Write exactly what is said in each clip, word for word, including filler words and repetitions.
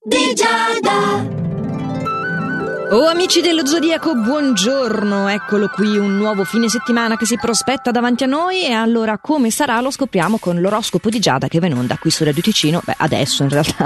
di Giada. Oh amici dello Zodiaco, buongiorno, eccolo qui un nuovo fine settimana che si prospetta davanti a noi e allora come sarà lo scopriamo con l'oroscopo di Giada che va in onda qui su Radio Ticino, beh adesso in realtà.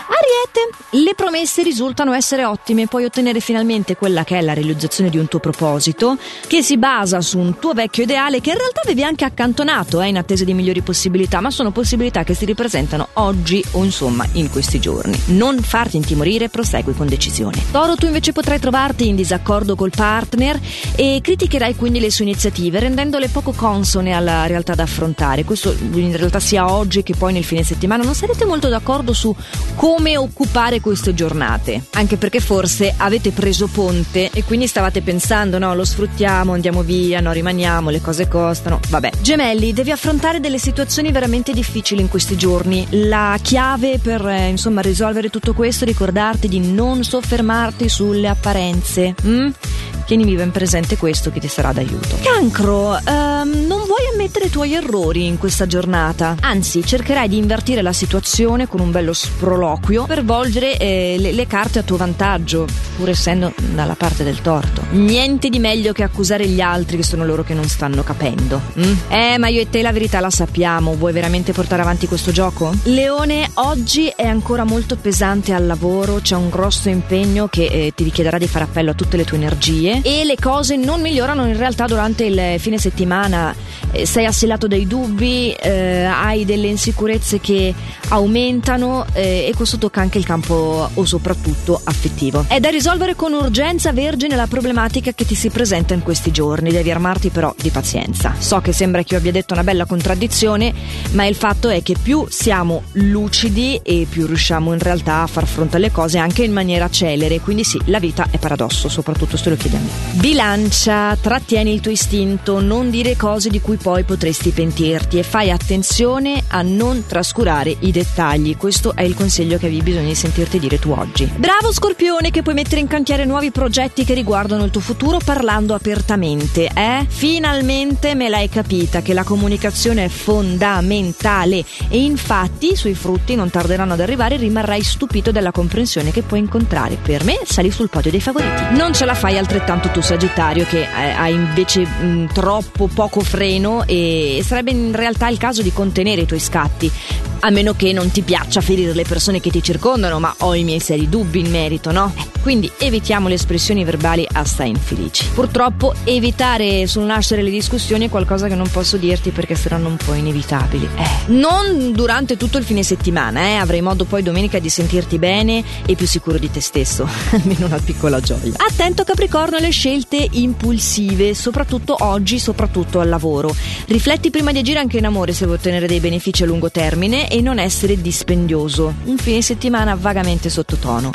Ariete, le promesse risultano essere ottime, puoi ottenere finalmente quella che è la realizzazione di un tuo proposito che si basa su un tuo vecchio ideale che in realtà avevi anche accantonato eh, in attesa di migliori possibilità, ma sono possibilità che si ripresentano oggi o insomma in questi giorni. Non farti intimorire, prosegui con decisione. Toro, tu invece potrai trovarti in disaccordo col partner e criticherai quindi le sue iniziative rendendole poco consone alla realtà da affrontare. Questo in realtà sia oggi che poi nel fine settimana non sarete molto d'accordo su come occupare queste giornate, anche perché forse avete preso ponte e quindi stavate pensando no lo sfruttiamo, andiamo via, no rimaniamo, le cose costano, vabbè. Gemelli, devi affrontare delle situazioni veramente difficili in questi giorni. La chiave per eh, insomma risolvere tutto questo è ricordarti di non soffermarti sulle apparenze. Mm? Tienimi ben presente questo che ti sarà d'aiuto. Cancro, ehm, non vuoi ammettere i tuoi errori in questa giornata, anzi cercherai di invertire la situazione con un bello sproloquio per volgere eh, le, le carte a tuo vantaggio, pur essendo dalla parte del torto. Niente di meglio che accusare gli altri che sono loro che non stanno capendo. Mm? Eh, ma io e te la verità la sappiamo, vuoi veramente portare avanti questo gioco? Leone, oggi è ancora molto pesante al lavoro, c'è un grosso impegno che eh, ti richiederà di fare appello a tutte le tue energie e le cose non migliorano in realtà durante il fine settimana. Eh, sei assillato dai dubbi, eh, hai delle insicurezze che aumentano eh, e questo tocca anche il campo o soprattutto affettivo. È da risolvere con urgenza, Vergine, la problematica che ti si presenta in questi giorni, devi armarti però di pazienza. So che sembra che io abbia detto una bella contraddizione, ma il fatto è che più siamo lucidi e più riusciamo in realtà a far fronte alle cose anche in maniera celere, quindi sì, la vita è paradosso, soprattutto se lo chiedi a me. Bilancia, trattieni il tuo istinto, non dire cose di cui poi potresti pentirti e fai attenzione a non trascurare i dettagli. Questo è il consiglio che avevi bisogno di sentirti dire tu oggi. Bravo Scorpione, che puoi mettere in cantiere nuovi progetti che riguardano il tuo futuro parlando apertamente, eh? Finalmente me l'hai capita che la comunicazione è fondamentale e infatti i suoi frutti non tarderanno ad arrivare e rimarrai stupito della comprensione che puoi incontrare. Per me sali sul podio dei favoriti. Non ce la fai altrettanto tu Sagittario, che eh, hai invece mh, troppo poco freno e sarebbe in realtà il caso di contenere i tuoi scatti, a meno che non ti piaccia ferire le persone che ti circondano, ma ho i miei seri dubbi in merito, no? Eh, quindi evitiamo le espressioni verbali assai infelici. Purtroppo evitare sul nascere le discussioni è qualcosa che non posso dirti perché saranno un po' inevitabili. Eh, non durante tutto il fine settimana, eh, avrai modo poi domenica di sentirti bene e più sicuro di te stesso, almeno una piccola gioia. Attento Capricorno alle scelte impulsive, soprattutto oggi, soprattutto al lavoro. Rifletti prima di agire anche in amore se vuoi ottenere dei benefici a lungo termine e non essere dispendioso. Un fine settimana vagamente sottotono.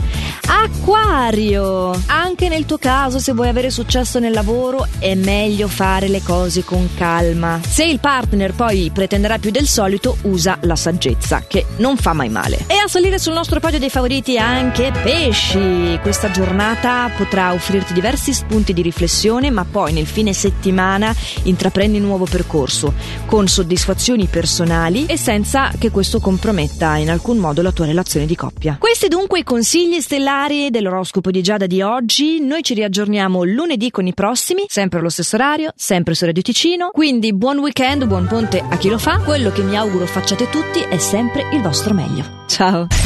Acquario, anche nel tuo caso se vuoi avere successo nel lavoro è meglio fare le cose con calma. Se il partner poi pretenderà più del solito, usa la saggezza che non fa mai male. E a salire sul nostro podio dei favoriti anche Pesci. Questa giornata potrà offrirti diversi spunti di riflessione, ma poi nel fine settimana intraprendi un nuovo percorso con soddisfazioni personali e senza che questo comprometta in alcun modo la tua relazione di coppia. Questi dunque i consigli stellari dell'oroscopo di Giada di oggi. Noi ci riaggiorniamo lunedì con i prossimi, sempre allo stesso orario, sempre su Radio Ticino. Quindi buon weekend, buon ponte a chi lo fa. Quello che mi auguro facciate tutti è sempre il vostro meglio. Ciao!